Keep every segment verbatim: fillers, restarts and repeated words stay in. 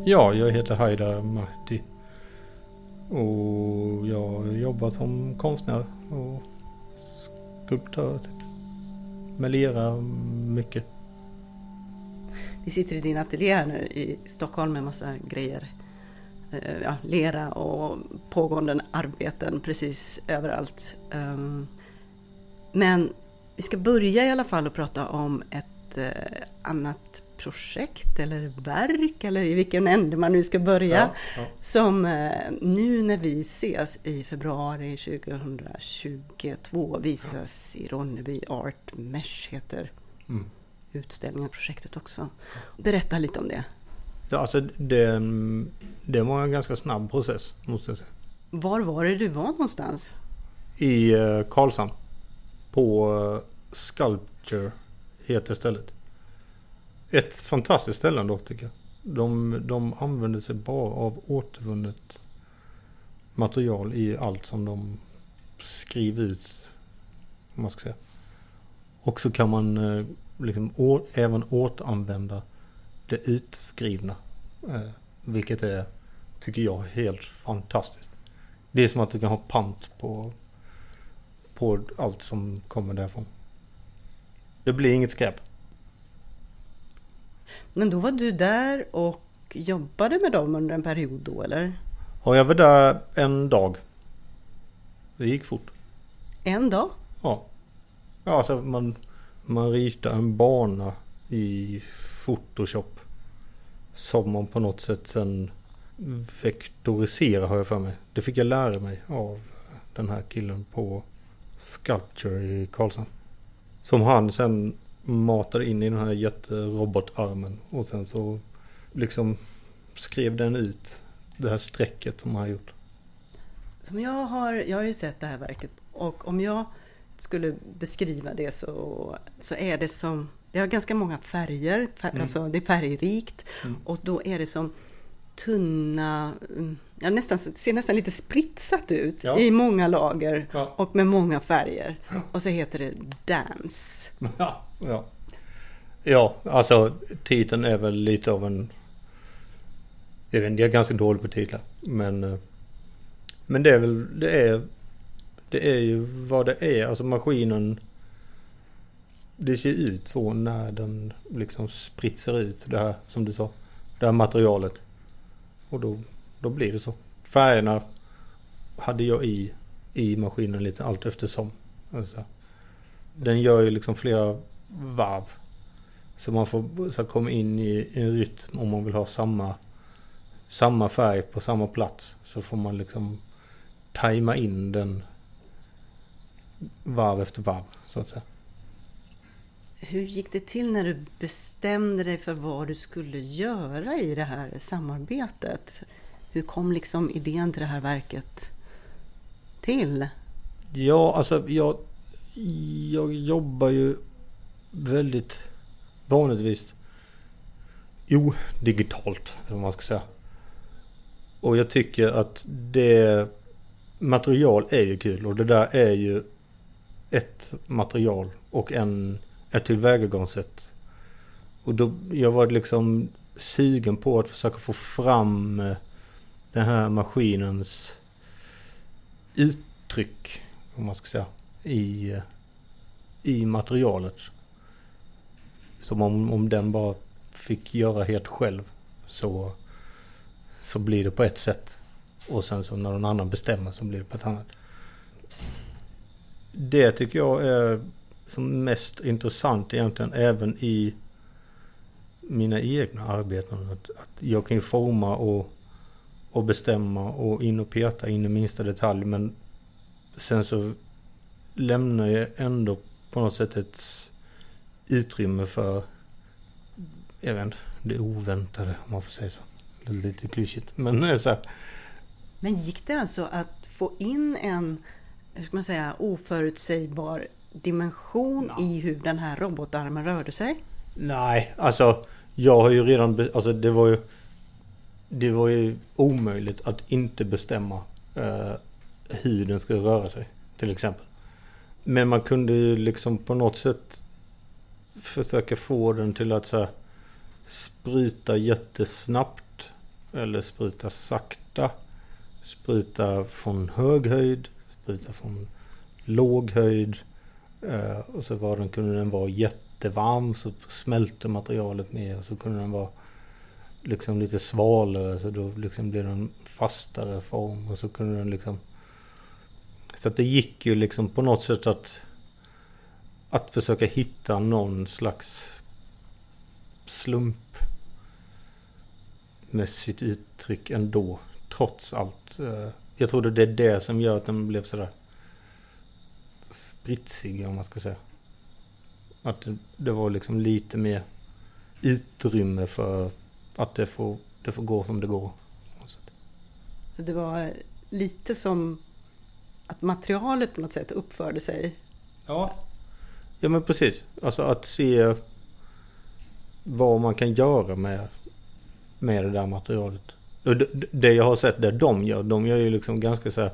Ja, jag heter Haidar Mahdi och jag jobbar som konstnär och skulptör typ. Med lera mycket. Vi sitter i din ateljé här nu i Stockholm med massa grejer. Ja, lera och pågående arbeten precis överallt. Men vi ska börja i alla fall och prata om ett annat projekt eller verk eller i vilken ände man nu ska börja. Ja, ja. Som nu när vi ses i februari tjugohundratjugotvå visas ja. i Ronneby. Art Mesh heter mm. utställningen och projektet också. Berätta lite om det. Ja, alltså det, det var en ganska snabb process, måste jag säga. Var var det du var någonstans? I Karlshamn. På Sculpture heter stället. Ett fantastiskt ställe då, tycker jag. De, de använder sig bara av återvunnet material i allt som de skriver ut, om man ska säga. Och så kan man liksom å, även återanvända det utskrivna. Eh, vilket är, tycker jag, helt fantastiskt. Det är som att du kan ha pant på, på allt som kommer därifrån. Det blir inget skräp. Men då var du där och jobbade med dem under en period då, eller? Ja, jag var där en dag. Det gick fort. En dag? Ja. Ja, alltså man, man ritar en bana i Photoshop som man på något sätt sen vektoriserar, har jag för mig. Det fick jag lära mig av den här killen på Sculpture i Karlshamn. Som han sen matade in i den här jätterobotarmen och sen så liksom skrev den ut det här strecket som han har gjort. Som jag har, jag har ju sett det här verket och om jag skulle beskriva det så, så är det som, det har ganska många färger, fär, mm. alltså det är färgrikt mm. och då är det som tunna, ja, nästan, ser nästan lite spritsat ut ja. i många lager ja. och med många färger. Ja. Och så heter det Dance. Ja, ja. Ja, alltså titeln är väl lite av en, jag vet inte, jag är ganska dålig på titlar, men men det är väl, det är det är ju vad det är, alltså maskinen, det ser ut så när den liksom spritsar ut det här, som du sa, det här materialet. Och då, då blir det så. Färgerna hade jag i, i maskinen lite allt eftersom. Alltså, den gör ju liksom flera varv. Så man får så komma in i en rytm om man vill ha samma, samma färg på samma plats. Så får man liksom tajma in den varv efter varv, så att säga. Hur gick det till när du bestämde dig för vad du skulle göra i det här samarbetet? Hur kom liksom idén till det här verket till? Ja, alltså jag, jag jobbar ju väldigt vanligtvis odigitalt, eller vad man ska säga. Och jag tycker att det material är ju kul och det där är ju ett material och en ett tillvägagångssätt. Och då jag var liksom sugen på att försöka få fram den här maskinens uttryck, om man ska säga, i i materialet. Som om, om den bara fick göra helt själv så så blir det på ett sätt. Och sen så när någon annan bestämmer så blir det på ett annat. Det tycker jag är som mest intressant egentligen även i mina egna arbeten. Att, att jag kan forma och, och bestämma och in och peta in i minsta detalj, men sen så lämnar jag ändå på något sätt ett utrymme för, jag vet inte, det oväntade, om man får säga så. Det är lite klyschigt, men det är så här. Men gick det alltså att få in en, hur ska man säga, oförutsägbar dimension Nej. i hur den här robotarmen rörde sig? Nej, alltså jag har ju redan, alltså det var ju det var ju omöjligt att inte bestämma eh, hur den skulle röra sig, till exempel. Men man kunde ju liksom på något sätt försöka få den till att så här, spruta jättesnabbt eller spruta sakta, spruta från hög höjd, spruta från låg höjd. Uh, och så var den, kunde den vara jättevarm så smälte materialet mer, så kunde den vara liksom lite svalare så då liksom blev den fastare form, och så kunde den liksom, så att det gick ju liksom på något sätt att att försöka hitta någon slags slump med sitt uttryck ändå, trots allt. Uh, jag tror det är det som gör att den blev sådär spritsig, om man ska säga. Att det, det var liksom lite mer utrymme för att det får, det får gå som det går. Så det var lite som att materialet på något sätt uppförde sig? Ja, ja men precis. Alltså att se vad man kan göra med, med det där materialet. Det, det jag har sett det de gör, de gör ju liksom ganska så här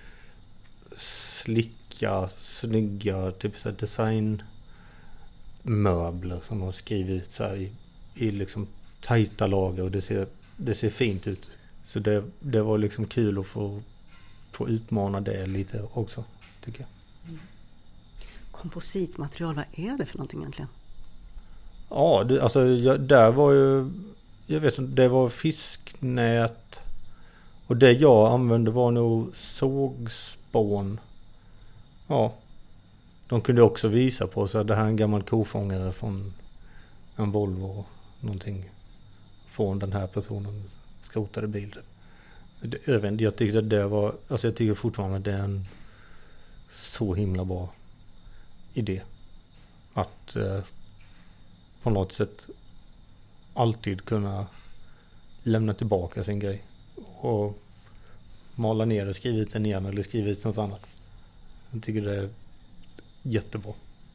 slicka, snygga typ så här designmöbler som de skriver ut så här i, i liksom tajta lager, och det ser, det ser fint ut. Så det, det var liksom kul att få, få utmana det lite också, tycker jag. Mm. Kompositmaterial, vad är det för någonting egentligen? Ja, det, alltså jag, där var ju, jag vet inte, det var fisknät, och det jag använde var nog sågspån. Ja, de kunde också visa på så att det här är en gammal kofångare från en Volvo, någonting från den här personen skrotade bilen. Jag vet inte, jag tyckte det var, alltså jag tycker fortfarande det är en så himla bra idé att eh, på något sätt alltid kunna lämna tillbaka sin grej och mala ner och skriva ut den igen eller skriva ut något annat. Jag tycker det är jättebra.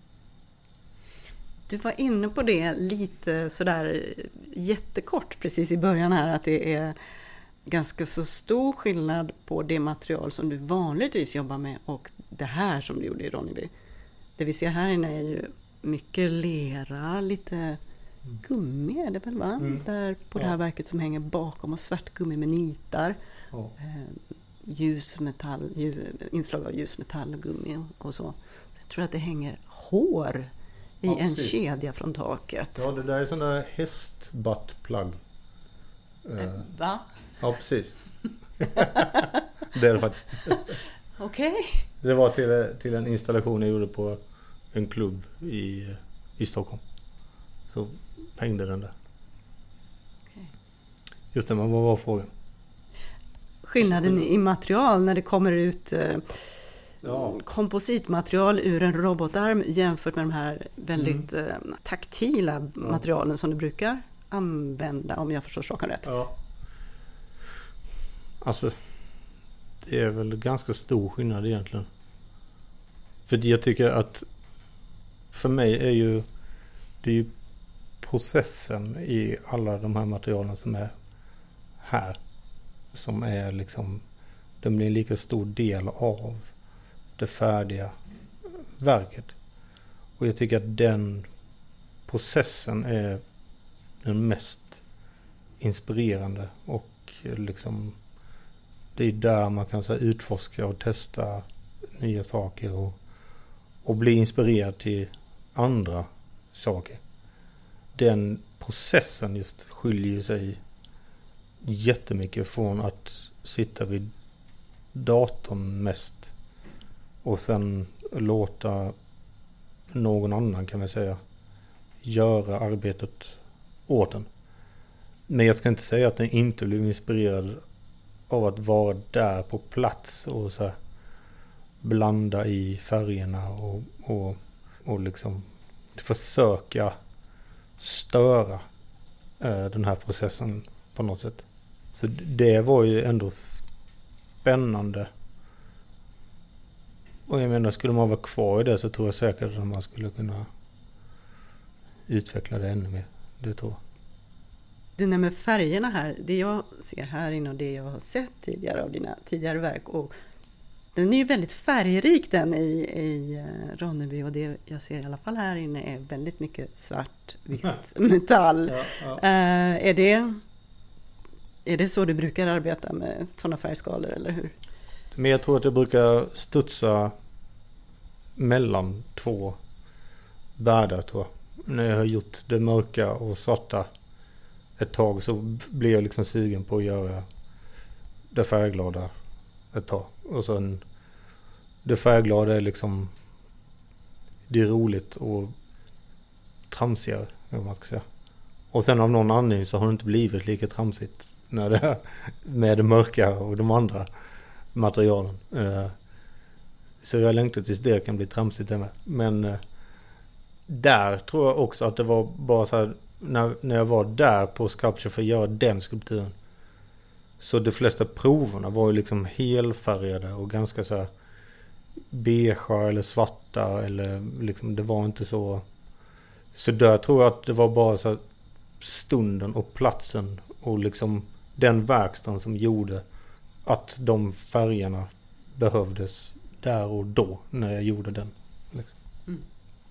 Du var inne på det lite sådär jättekort precis i början här, att det är ganska så stor skillnad på det material som du vanligtvis jobbar med och det här som du gjorde i Ronneby. Det vi ser här inne är ju mycket lera, lite gummi är det väl va? Mm. Där på ja. Det här verket som hänger bakom, och svart gummi med nitar. Ja. Eh, ljusmetall, ljus, inslag av ljusmetall och gummi och så. Så jag tror att det hänger hår i ja, en kedja från taket. Ja, det där är sån där hästbuttplug. Eh, va? Ja, precis. Det är det faktiskt. Okej. Okay. Det var till, till en installation jag gjorde på en klubb i, i Stockholm. Så hängde den där. Okay. Just det, men vad var frågan? Skillnaden i material när det kommer ut eh, ja. kompositmaterial ur en robotarm jämfört med de här väldigt mm. eh, taktila ja. materialen som du brukar använda, om jag förstår saken rätt. Ja. Alltså, det är väl ganska stor skillnad egentligen. För jag tycker att för mig är ju det är ju processen i alla de här materialen som är här som är liksom, den blir en lika stor del av det färdiga verket. Och jag tycker att den processen är den mest inspirerande, och liksom det är där man kan så här, utforska och testa nya saker och, och bli inspirerad till andra saker. Den processen just skiljer sig jättemycket från att sitta vid datorn mest och sen låta någon annan, kan man säga, göra arbetet åt den. Men jag ska inte säga att den inte blir inspirerad av att vara där på plats och så här blanda i färgerna och, och, och liksom försöka störa eh, den här processen på något sätt. Så det var ju ändå spännande. Och jag menar, skulle man vara kvar i det så tror jag säkert att man skulle kunna utveckla det ännu mer. Det tror jag. Du nämner färgerna här. Det jag ser här inne och det jag har sett tidigare av dina tidigare verk. Och den är ju väldigt färgrik den i, i Ronneby, och det jag ser i alla fall här inne är väldigt mycket svart, vitt, metall. Ja, ja. Uh, är det är det så du brukar arbeta med sådana färgskalor, eller hur? Men jag tror att jag brukar studsa mellan två världar, tror jag. När jag har gjort det mörka och svarta ett tag så blir jag liksom sugen på att göra det färgglada ett tag. Och sen det färgglada är liksom, det är roligt och tramsigare, om man ska säga. Och sen av någon anledning så har det inte blivit lika tramsigt när det är med det mörka och de andra materialen. Så jag längtar tills det kan bli tramsigt det med. Men där tror jag också att det var bara så här, när, när jag var där på Sculpture för att göra den skulpturen, så de flesta proverna var ju liksom helfärgade och ganska så här beige eller svarta, eller liksom det var inte så. Så där tror jag att det var bara så här stunden och platsen och liksom den verkstaden som gjorde att de färgerna behövdes där och då när jag gjorde den. Liksom. Mm.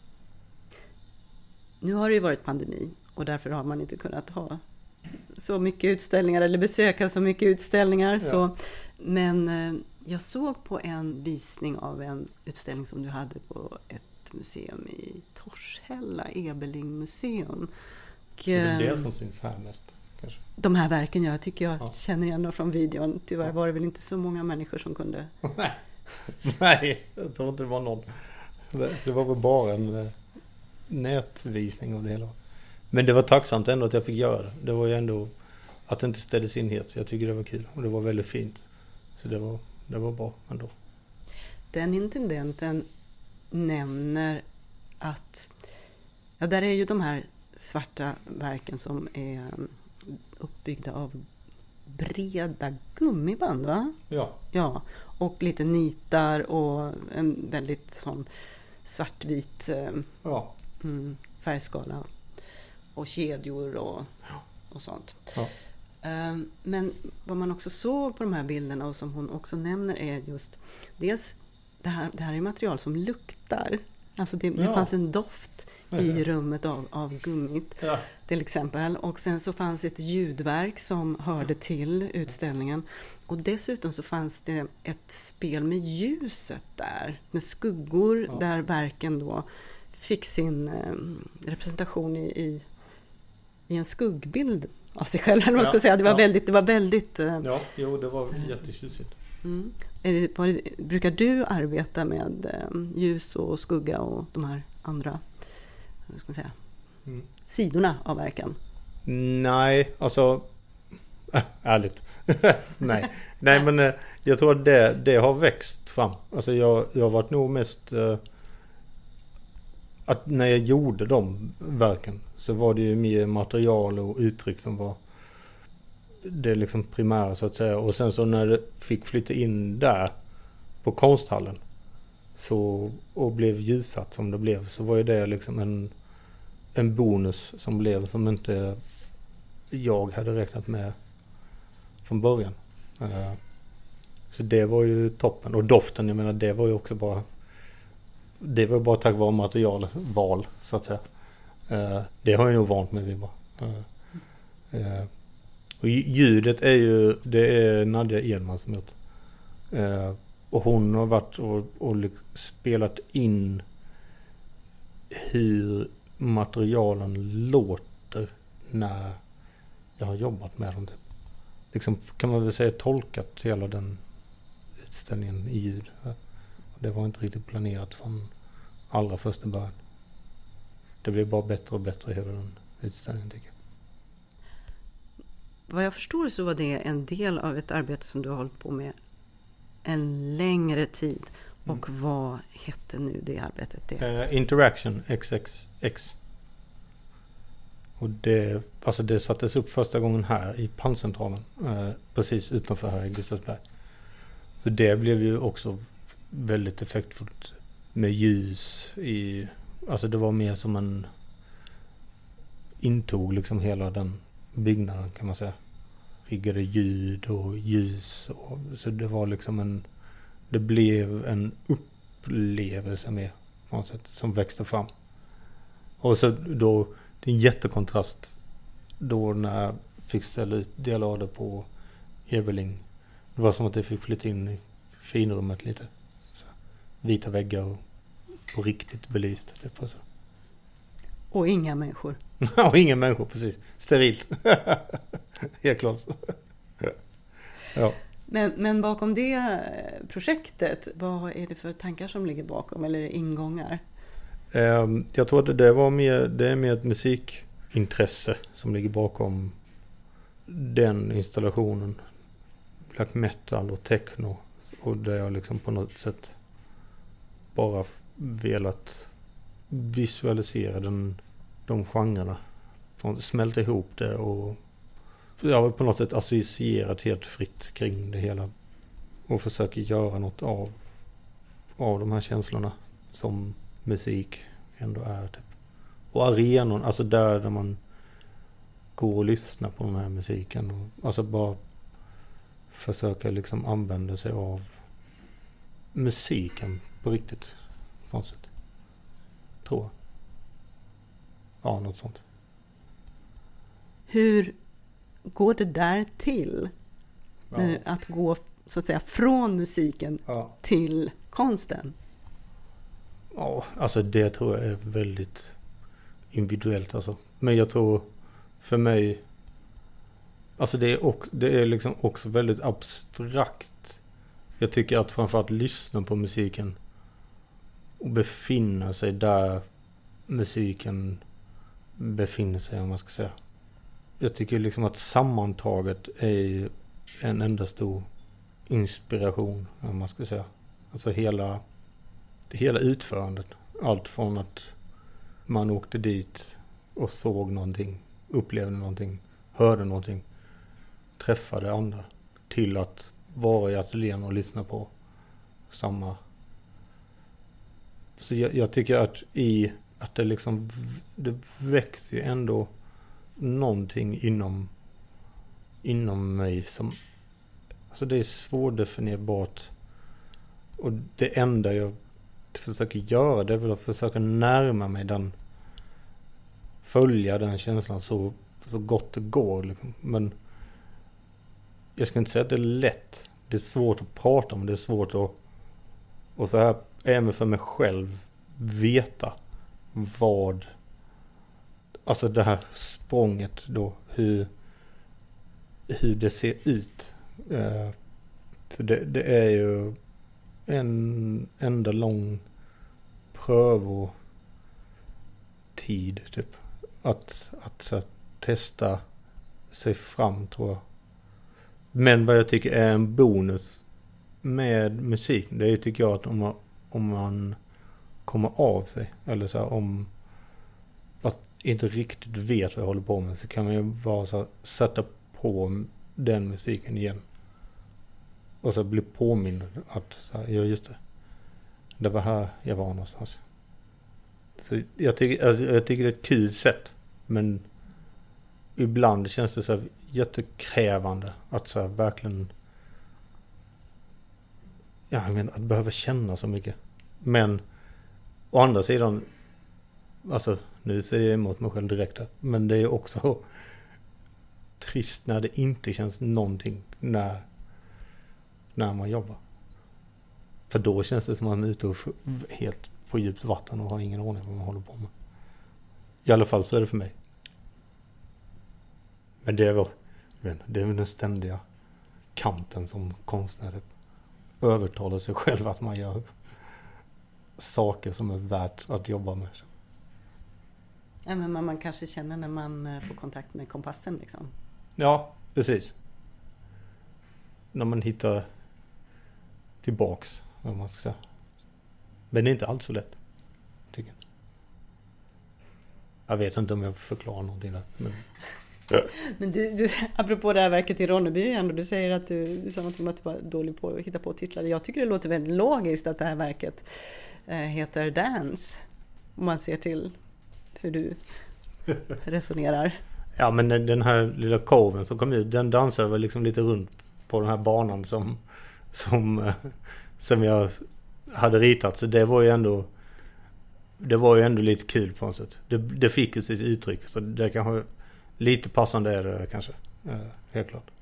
Nu har det ju varit pandemi och därför har man inte kunnat ha så mycket utställningar eller besöka så mycket utställningar. Ja. Så, men eh, jag såg på en visning av en utställning som du hade på ett museum i Torshälla, Ebeling museum. Och, det är det som syns här mest. Kanske. De här verken, jag tycker jag ja. känner igen dem från videon. Tyvärr ja. var det väl inte så många människor som kunde... Nej, Nej jag tror inte det var någon. Det var väl bara en nätvisning av det hela. Men det var tacksamt ändå att jag fick göra det. Det var ju ändå att det inte ställdes in helt. Jag tycker det var kul och det var väldigt fint. Så det var, det var bra ändå. Den intendenten nämner att ja, där är ju de här svarta verken som är uppbyggda av breda gummiband, va? Ja. Ja, och lite nitar och en väldigt sån svartvit eh, ja. mm, färgskala och kedjor och, och sånt. Ja. Um, men vad man också såg på de här bilderna och som hon också nämner är just dels det här, det här är material som luktar. Alltså det, det ja. fanns en doft i rummet av, av gummit ja. till exempel. Och sen så fanns ett ljudverk som hörde till utställningen. Och dessutom så fanns det ett spel med ljuset där. Med skuggor ja. där verken då fick sin eh, representation i, i, i en skuggbild av sig själv. Eller man ska ja. säga. Det var ja. väldigt... Det var väldigt eh, ja, jo, det var jättetjusigt. Mm. Är det, var, brukar du arbeta med eh, ljus och skugga och de här andra vad ska man säga, mm. sidorna av verken? Nej, alltså äh, ärligt. Nej. Nej, men äh, jag tror att det, det har växt fram. Alltså jag, jag har varit nog mest äh, att när jag gjorde de verken så var det ju mer material och uttryck som var det liksom primära så att säga. Och sen så när det fick flytta in där på konsthallen så, och blev ljussatt som det blev, så var ju det liksom en, en bonus som blev som inte jag hade räknat med från början. Uh, så det var ju toppen. Och doften, jag menar, det var ju också bara det var bara tack vare materialval så att säga. Uh, det har jag nog vant med. Uh, uh, och ljudet är ju, det är Nadja Edman som gjort. Uh, och hon har varit och, och spelat in hur materialen låter när jag har jobbat med dem. Typ. Liksom kan man väl säga tolkat hela den utställningen i ljud. Det var inte riktigt planerat från allra första början. Det blev bara bättre och bättre hela den utställningen, tycker jag. Vad jag förstår så var det en del av ett arbete som du har hållit på med en längre tid. Och mm. vad hette nu det arbetet? Det? Uh, Interaction X X X. Och det, alltså det sattes upp första gången här i Panncentralen. Uh, precis utanför här i Gustavsberg. Så det blev ju också väldigt effektfullt. Med ljus i... Alltså det var mer som en... Intog liksom hela den byggnaden, kan man säga. Riggade ljud och ljus. Och, så det var liksom en... Det blev en upplevelse med på något sätt som växte fram. Och så då, det är en jättekontrast då när fick ställa ut delar av det på Everling. Det var som att det fick flytta in i finrummet lite. Så, vita väggar och på riktigt belyst. Typ, och, så. Och inga människor. Och inga människor, precis. Sterilt. Helt klart. Ja. Men, men bakom det projektet, vad är det för tankar som ligger bakom eller ingångar? Um, jag tror att det var mer, det är mer ett musikintresse som ligger bakom den installationen. Black metal och techno. Och där jag liksom på något sätt bara velat visualisera den, de genrerna. Smälta ihop det och jag har på något sätt associerat helt fritt kring det hela. Och försöker göra något av, av de här känslorna som musik ändå är. Typ. Och arenan, alltså där, där man går och lyssnar på den här musiken. Och, alltså bara försöka liksom använda sig av musiken på riktigt. På något sätt. Tror jag. Ja, något sånt. Hur går det där till? Ja. Att gå så att säga från musiken Ja. till konsten? Ja, alltså det tror jag är väldigt individuellt alltså. Men jag tror för mig, alltså det är, också, det är liksom också väldigt abstrakt. Jag tycker att framförallt lyssna på musiken och befinna sig där musiken befinner sig, om man ska säga. Jag tycker liksom att sammantaget är en enda stor inspiration, om man ska säga. Alltså hela hela utförandet. Allt från att man åkte dit och såg någonting, upplevde någonting, hörde någonting, träffade andra, till att vara i ateljén och lyssna på samma. Så jag, jag tycker att i att det liksom det växer ju ändå någonting inom inom mig som, alltså det är svårdefinierbart, och det enda jag försöker göra det är väl att försöka närma mig den, följa den känslan så, så gott det går liksom. Men jag ska inte säga att det är lätt, det är svårt att prata om, det är svårt att, och så här även för mig själv veta vad, alltså det här språnget då, hur hur det ser ut. Uh, så det, det är ju en enda lång prövotid typ. Att, att så, testa sig fram, tror jag. Men vad jag tycker är en bonus med musik, det är, tycker jag, att om man, om man kommer av sig, eller så här, om att inte riktigt vet vad jag håller på med, så kan man ju bara så här, sätta på den musiken igen. Och så bli påmind att så här, ja just det. Det var här jag var någonstans. Så jag tycker, jag, jag tycker det är ett kul sätt. Men ibland känns det så här jättekrävande att så här verkligen, ja, jag menar, att behöva känna så mycket. Men å andra sidan, alltså nu säger jag emot mig själv direkt här, men det är också trist när det inte känns någonting när när man jobbar. För då känns det som att man är ute och helt på djupt vatten och har ingen aning vad man håller på med. I alla fall så är det för mig. Men det var, det är den ständiga kampen som konstnär, typ. Övertalar sig själv att man gör saker som är värt att jobba med. Ja, men man, man kanske känner när man får kontakt med kompassen liksom. Ja, precis. När man hittar tillbaks, vad man ska säga. Men det är inte alls så lätt, tycker jag. Jag vet inte om jag förklarar någonting där. Men, men du, du, apropå det här verket i Ronneby igen, och du säger att du, du sa något om att du var dålig på att hitta på titlar. Jag tycker det låter väldigt logiskt att det här verket eh, heter Dance. Om man ser till hur du resonerar. Ja, men den här lilla koven som kom ut, den dansar väl liksom lite runt på den här banan som som som jag hade ritat, så det var ju ändå det var ju ändå lite kul på något sätt. Det, det fick ju sitt uttryck, så det kanske lite passande är det kanske. Eh, helt klart.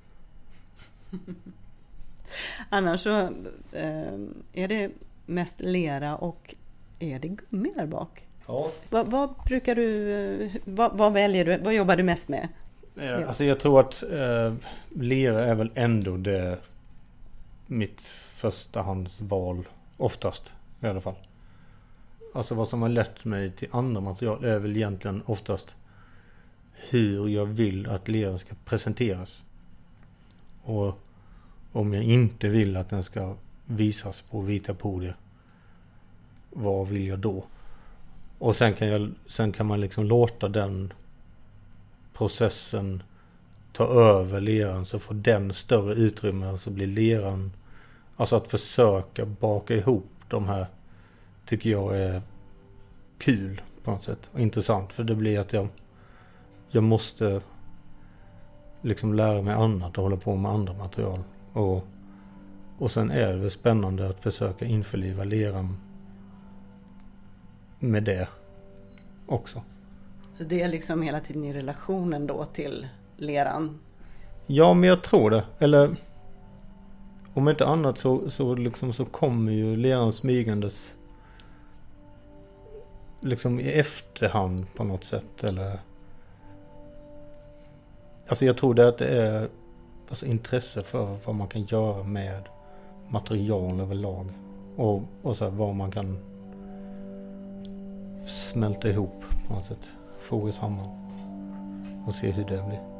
Annars så eh, är det mest lera och är det gummi där bak? Ja. Vad, vad brukar du, vad, vad väljer du, vad jobbar du mest med? Eh, alltså jag tror att eh, lera är väl ändå det mitt förstahandsval oftast i alla fall. Alltså vad som har lett mig till andra material är väl egentligen oftast hur jag vill att leran ska presenteras. Och om jag inte vill att den ska visas på vita podier, vad vill jag då? Och sen kan, jag, sen kan man liksom låta den processen ta över leran, så får den större utrymme, alltså blir leran, alltså att försöka baka ihop de här tycker jag är kul på något sätt och intressant, för det blir att jag jag måste liksom lära mig annat och hålla på med andra material och, och sen är det väl spännande att försöka införliva leran med det också. Så det är liksom hela tiden i relationen då till leran? Ja, men jag tror det. Eller om inte annat så, så, liksom, så kommer ju leran smygandes liksom i efterhand på något sätt. Eller alltså jag tror det att det är alltså intresse för vad man kan göra med material överlag. Och, och så här, vad man kan smälta ihop på något sätt. Foga samman och se hur det blir.